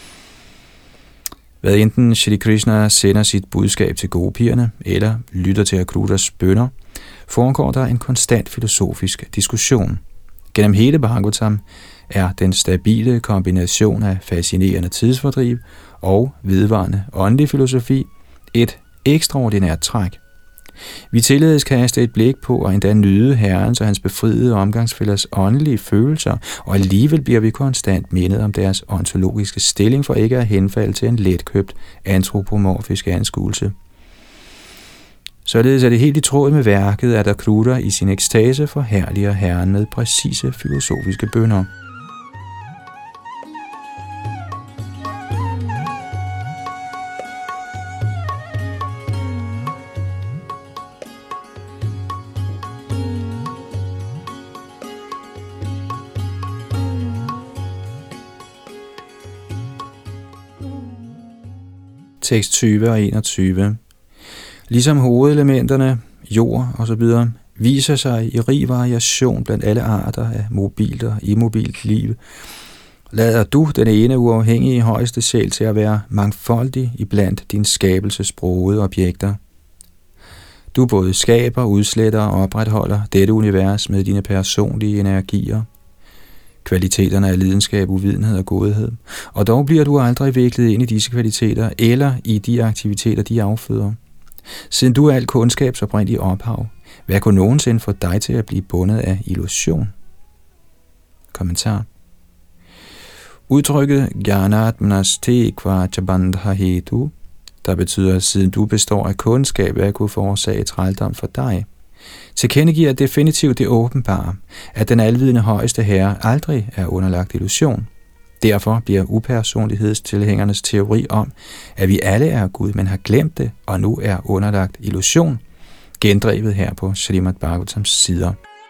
Hvad enten Shri Krishna sender sit budskab til gopierne eller lytter til Akrutas bønner, foregår der en konstant filosofisk diskussion. Gennem hele Bhagavatam er den stabile kombination af fascinerende tidsfordriv og vedvarende åndelig filosofi et ekstraordinært træk. Vi tillades kaste et blik på og endda nyde Herrens og hans befriede omgangsfællers åndelige følelser, og alligevel bliver vi konstant mindet om deres ontologiske stilling for ikke at henfalde til en letkøbt antropomorfisk anskuelse. Således er det helt i tråd med værket, at Akrura i sin ekstase forherliger Herren med præcise filosofiske bønner. Tekst 20 og 21. Ligesom hovedelementerne, jord osv., viser sig i rig variation blandt alle arter af mobilt og immobilt liv, lader du den ene uafhængige højeste sjæl til at være mangfoldig iblandt din skabelsesbrogede objekter. Du både skaber, udsletter og opretholder dette univers med dine personlige energier, kvaliteterne af lidenskab, uvidenhed og godhed, og dog bliver du aldrig viklet ind i disse kvaliteter eller i de aktiviteter, de afføder. Siden du er al kundskabs oprindelige ophav, Hvad kunne nogensinde få dig til at blive bundet af illusion? Kommentar. Udtrykket Jnanatmanas te kvacha bandha hetu, der betyder, siden du består af kundskab, hvad kunne forårsage trældom for dig, tilkendegiver definitivt det åbenbare, at den alvidende højeste herre aldrig er underlagt illusion. Derfor bliver upersonlighedstilhængernes teori om, at vi alle er Gud, men har glemt det, og nu er underlagt illusion, gendrevet her på Srimad Bhagavatams sider.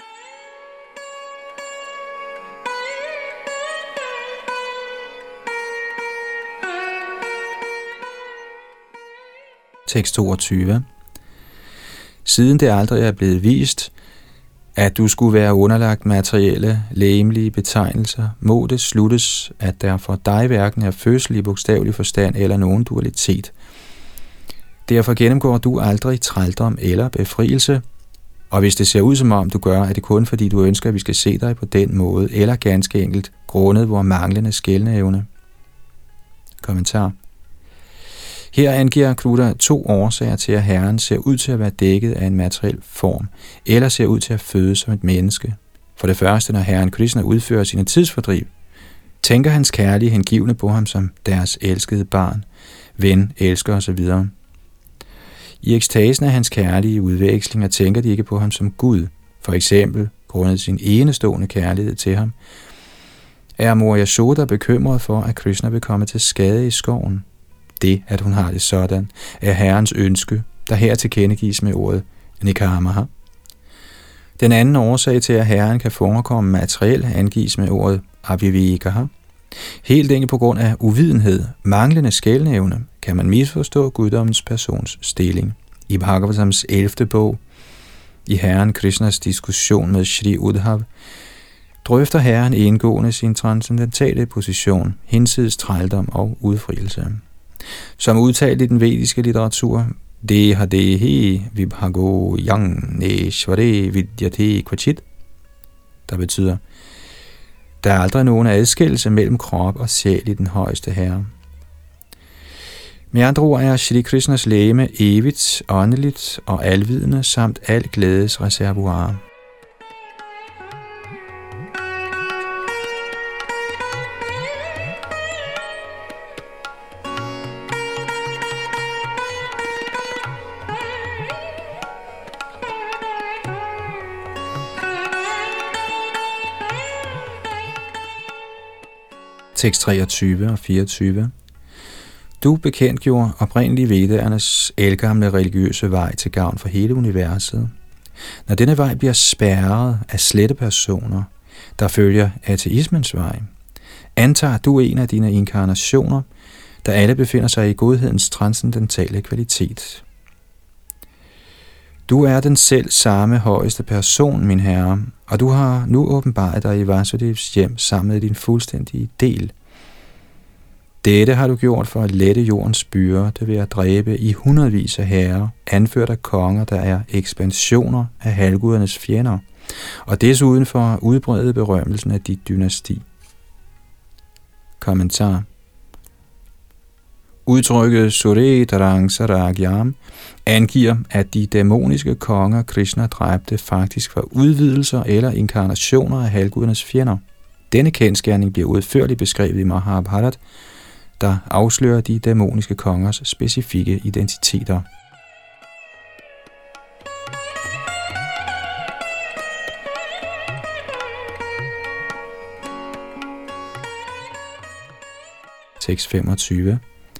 Tekst 22. Siden det aldrig er blevet vist, at du skulle være underlagt materielle, legemlige betegnelser, må det sluttes, at der for dig hverken er fødsel i bogstavelig forstand eller nogen dualitet. Derfor gennemgår du aldrig trældom eller befrielse, og hvis det ser ud som om du gør, er det kun fordi du ønsker, at vi skal se dig på den måde, eller ganske enkelt grundet vor manglende skelneevne. Kommentar. Her angiver Kruta 2 årsager til, at Herren ser ud til at være dækket af en materiel form, eller ser ud til at føde som et menneske. For det første, når Herren Krishna udfører sine tidsfordriv, tænker hans kærlige hengivne på ham som deres elskede barn, ven, elsker osv. I ekstasen af hans kærlige udvekslinger tænker de ikke på ham som Gud, for eksempel grundet sin enestående kærlighed til ham, er Mor Yashoda bekymret for, at Krishna vil komme til skade i skoven. Det, at hun har det sådan, er Herrens ønske, der her tilkendegives med ordet Nikamaha. Den anden årsag til, at Herren kan forekomme materiel, angives med ordet Avivekaha. Helt enkelt på grund af uvidenhed, manglende skelneevne, kan man misforstå guddommens persons stilling. I Bhagavatams 11. bog, i Herren Krishnas diskussion med Shri Udhav, drøfter Herren indgående sin transcendentale position, hinsides trældom og udfrielse. Som udtalt i den vediske litteratur, Dehadehi vibhago yang neshvare vidyate kvachit, der betyder, der er aldrig nogen adskillelse mellem krop og sjæl i den højeste herre. Med andre ord er Shri Krishnas legeme evigt, åndeligt og alvidende samt al glædes reservoir. Tekst 23 og 24. Du bekendtgjorde oprindeligt Vedernes ældgamle religiøse vej til gavn for hele universet. Når denne vej bliver spærret af slette personer, der følger ateismens vej, antager du en af dine inkarnationer, der alle befinder sig i godhedens transcendentale kvalitet. Du er den selv samme højeste person, min herre, og du har nu åbenbaret dig i Vasudevs hjem sammen med din fuldstændige del. Dette har du gjort for at lette jordens byrde ved at dræbe i hundredvis af herrer, anført af konger, der er ekspansioner af halvgudernes fjender, og desuden for at udbrede berømmelsen af dit dynasti. Kommentar. Udtrykket Sure Tarang Saragyam angiver, at de dæmoniske konger Krishna dræbte faktisk var udvidelser eller inkarnationer af halvgudernes fjender. Denne kendsgerning bliver udførligt beskrevet i Mahabharat, der afslører de dæmoniske kongers specifikke identiteter. Tekst 25.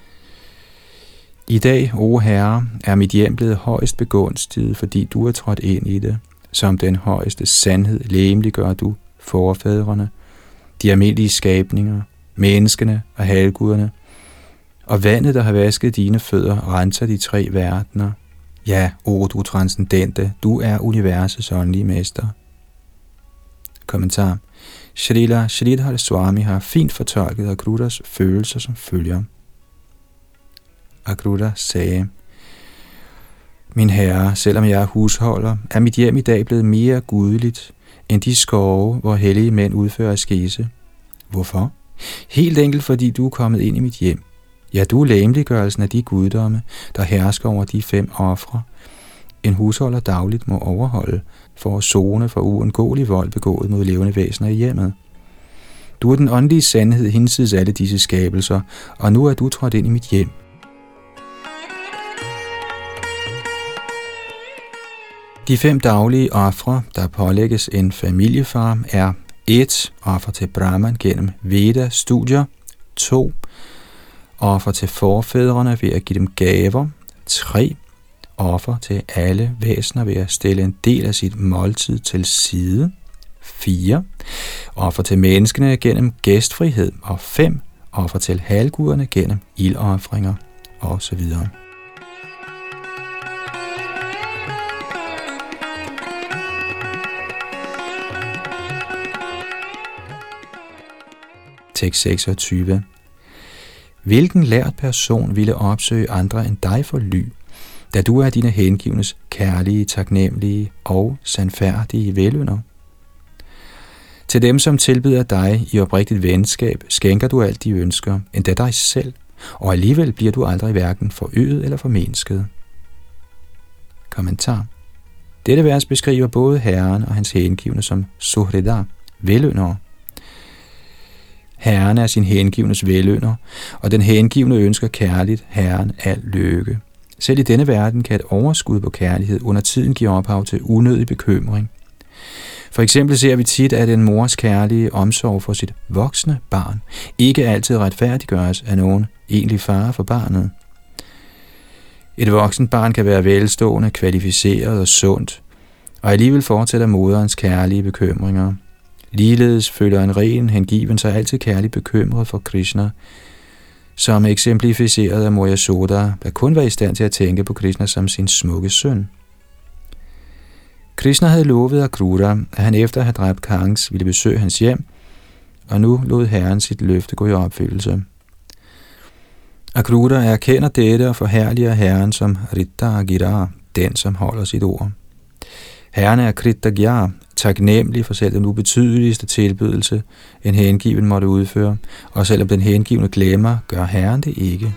I dag, o Herre, er mit hjem blevet højst begunstiget, fordi du er trådt ind i det. Som den højeste sandhed legemliggør du forfædrene, de almindelige skabninger, menneskene og halvguderne, og vandet, der har vasket dine fødder, renser de 3 verdener. Ja, o du transcendente, du er universets åndelige mester. Kommentar. Shrila Sridhar Swami har fint fortolket Akrutas følelser som følger. Akruta sagde: Min herre, selvom jeg er husholder, er mit hjem i dag blevet mere gudeligt end de skove, hvor hellige mænd udfører askese. Hvorfor? Helt enkelt fordi du er kommet ind i mit hjem. Ja, du er legemliggørelsen af de guddomme, der hersker over de 5 ofre. en husholder dagligt må overholde for at sone for uundgåelig vold begået mod levende væsener i hjemmet. Du er den åndelige sandhed hinsides alle disse skabelser, og nu er du trådt ind i mit hjem. De 5 daglige ofre, der pålægges en familiefar, er 1. Offer til Brahman gennem Veda-studier. 2. Offer til forfædrene ved at give dem gaver. 3. Offer til alle væsener ved at stille en del af sit måltid til side. 4. Offer til menneskene gennem gæstfrihed. Og 5. Offer til halvguderne gennem ildofringer osv. Tekst 26. Hvilken lært person ville opsøge andre end dig for ly, da du er dine hengivnes kærlige, taknemmelige og sandfærdige velynder? Til dem, som tilbyder dig i oprigtigt venskab, skænker du alt de ønsker, endda dig selv, og alligevel bliver du aldrig hverken forøget eller formindsket. Kommentar. Dette vers beskriver både Herren og hans hengivne som Suhrida, velyndere. Herren er sin hengivnes velynder, og den hengivne ønsker kærligt Herren al lykke. Selv i denne verden kan et overskud på kærlighed under tiden give ophav til unødig bekymring. For eksempel ser vi tit, at en mors kærlige omsorg for sit voksne barn ikke altid retfærdiggøres af nogen egentlig fare for barnet. Et voksent barn kan være velstående, kvalificeret og sundt, og alligevel fortsætter moderens kærlige bekymringer. Ligeledes føler en ren hengiven sig altid kærligt bekymret for Krishna, som eksemplificeret af Mor Yasoda, der kun var i stand til at tænke på Krishna som sin smukke søn. Krishna havde lovet Akrura, at han efter at have dræbt Kangs ville besøge hans hjem, og nu lod Herren sit løfte gå i opfyldelse. Akrura erkender dette og forherliger Herren som Ritta-Gira, den som holder sit ord. Herren er Kritta-Gira, taknemmelig for selv den ubetydeligste tilbydelse, en hengiven måtte udføre, og selvom den hengivne glemmer, gør Herren det ikke.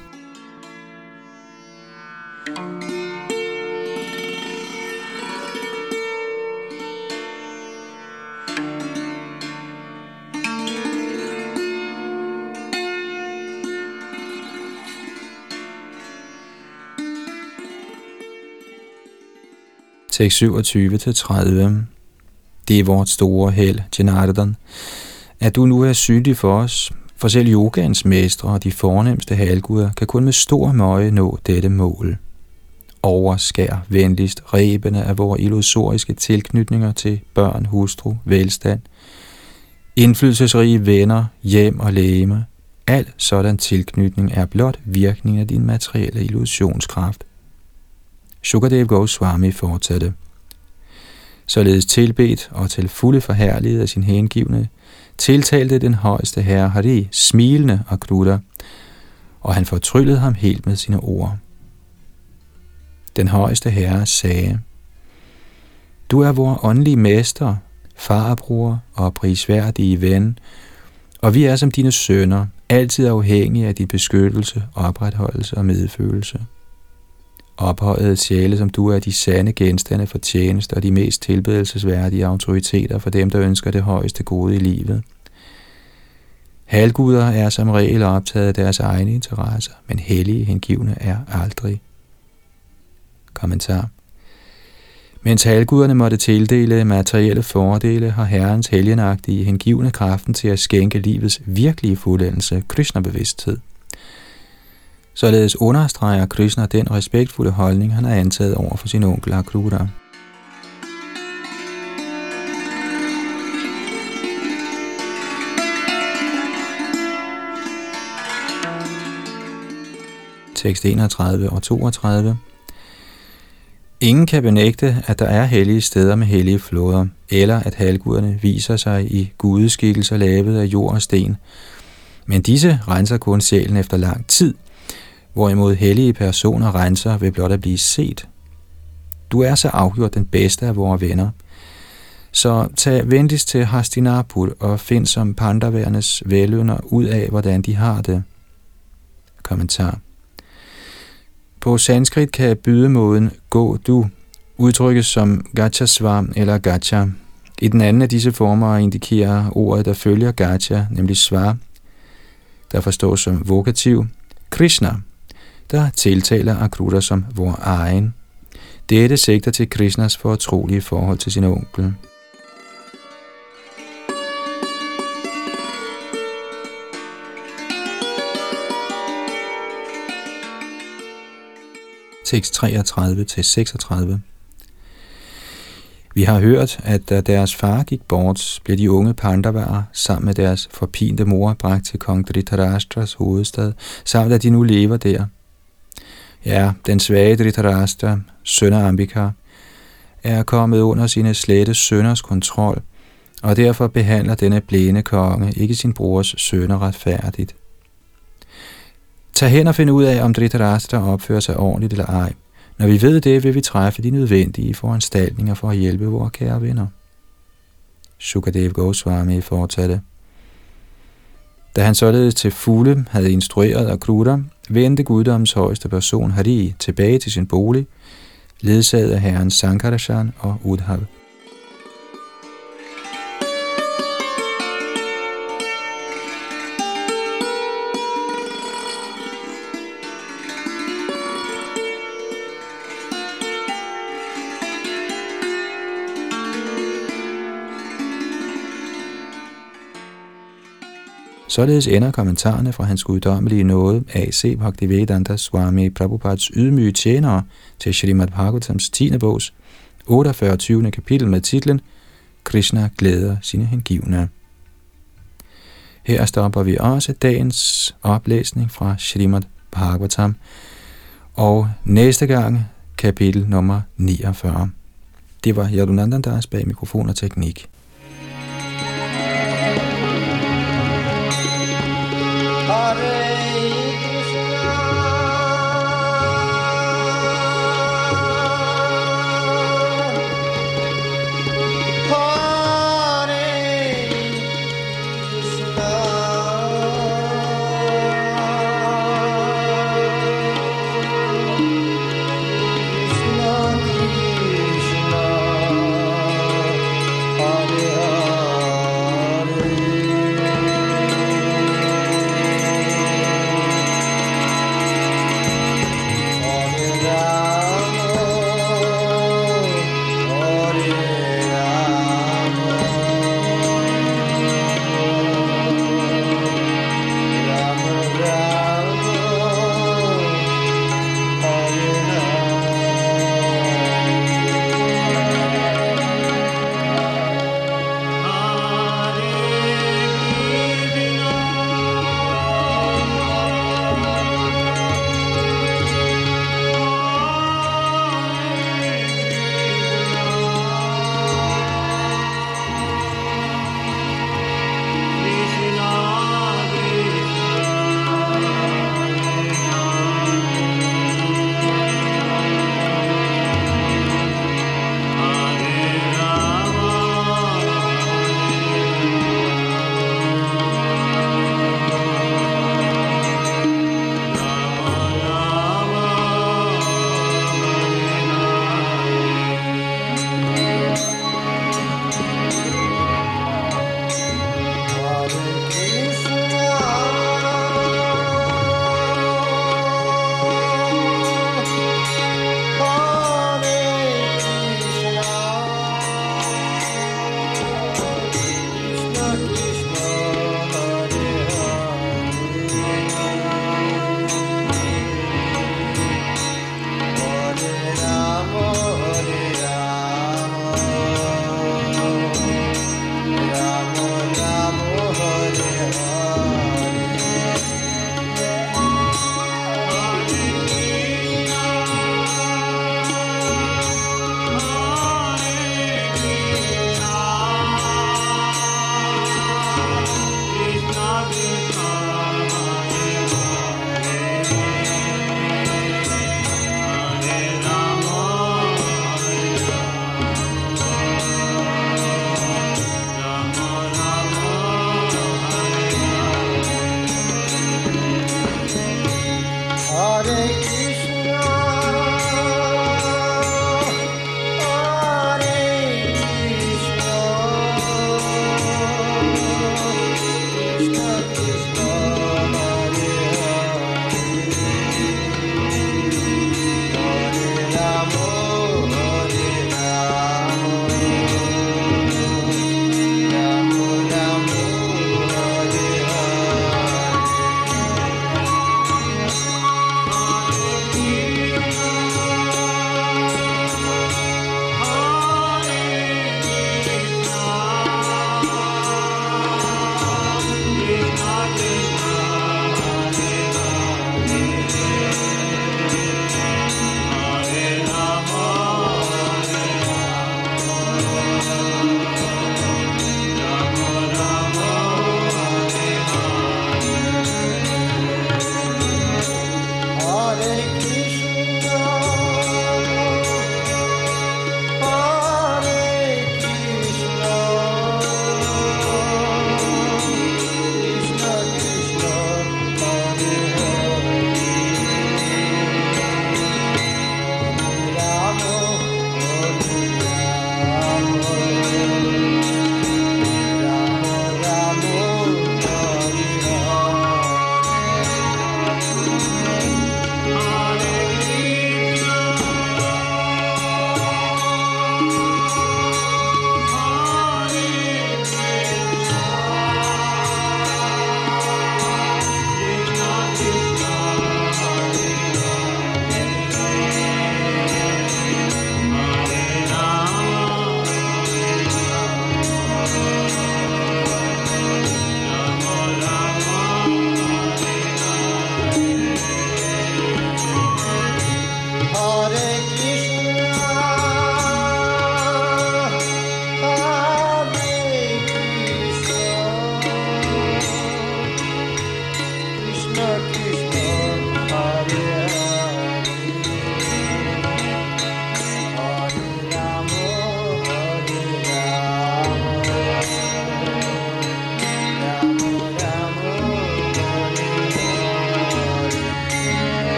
Tekst 27-30. Det er vort store held, Janardhan, at du nu er synlig for os, for selv yogaens mestre og de fornemste halvguder kan kun med stor møje nå dette mål. Overskær venligst rebene af vores illusoriske tilknytninger til børn, hustru, velstand, indflydelsesrige venner, hjem og legeme. Al sådan tilknytning er blot virkning af din materielle illusionskraft. Shukadev Goswami fortsatte. Således tilbedt og til fulde forherliget af sin hengivne, tiltalte den højeste herre Hari smilende Akrura, og han fortryllede ham helt med sine ord. Den højeste herre sagde: Du er vor åndelige mester, farbror og prisværdige ven, og vi er som dine sønner, altid afhængige af din beskyttelse, opretholdelse og medfølelse. Ophøjede sjæle, som du er de sande genstande for tjeneste og de mest tilbedelsesværdige autoriteter for dem, der ønsker det højeste gode i livet. Halvguder er som regel optaget af deres egne interesser, men hellige hengivne er aldrig. Kommentar. Mens halvguderne måtte tildele materielle fordele, har Herrens helgenagtige hengivne kraften til at skænke livets virkelige fuldendelse, Krishna-bevidsthed. Således understreger Krishna den respektfulde holdning, han har antaget over for sin onkel Akrura. Tekst 31 og 32. Ingen kan benægte, at der er hellige steder med hellige floder, eller at halvguderne viser sig i gudeskikkelser lavet af jord og sten. Men disse renser kun sjælen efter lang tid, hvorimod hellige personer renser ved blot at blive set. Du er så afgjort den bedste af vores venner. Så tag venligst til Hastinapur og find som Pandavernes velynder ud af, hvordan de har det. Kommentar. På sanskrit kan bydemåden gå du udtrykkes som Gachasva eller Gacha. I den anden af disse former indikerer ordet, der følger Gacha, nemlig Sva, der forstås som vokativ, Krishna, der tiltaler Akrura som vor egen. Dette sigter til Krishnas fortrolige forhold til sin onkel. Tekst 33-36. Vi har hørt, at da deres far gik bort, blev de unge Pandavaer sammen med deres forpinte mor bragt til kong Dhritarashtras hovedstad, samt at de nu lever der. Ja, den svage Dhritarashtra, søn af Ambika, er kommet under sine slette sønners kontrol, og derfor behandler denne blinde konge ikke sin brors sønner retfærdigt. Tag hen og find ud af, om Dhritarashtra opfører sig ordentligt eller ej. Når vi ved det, vil vi træffe de nødvendige foranstaltninger for at hjælpe vores kære venner. Shukadev Goswami fortsatte. Da han således til fulde havde instrueret Akrura, vendte guddommens højeste person Hari tilbage til sin bolig, ledsaget af herren Sankarshan og Udhav. Således ender kommentarerne fra hans guddommelige nåde A.C. Bhaktivedanta Swami Prabhupads ydmyge tjenere til Srimad Bhagavatams 10. bogs 48. kapitel med titlen Krishna glæder sine hengivne. Her stopper vi også dagens oplæsning fra Srimad Bhagavatam, og næste gang kapitel nummer 49. Det var Yadunandandas bag mikrofon og teknik.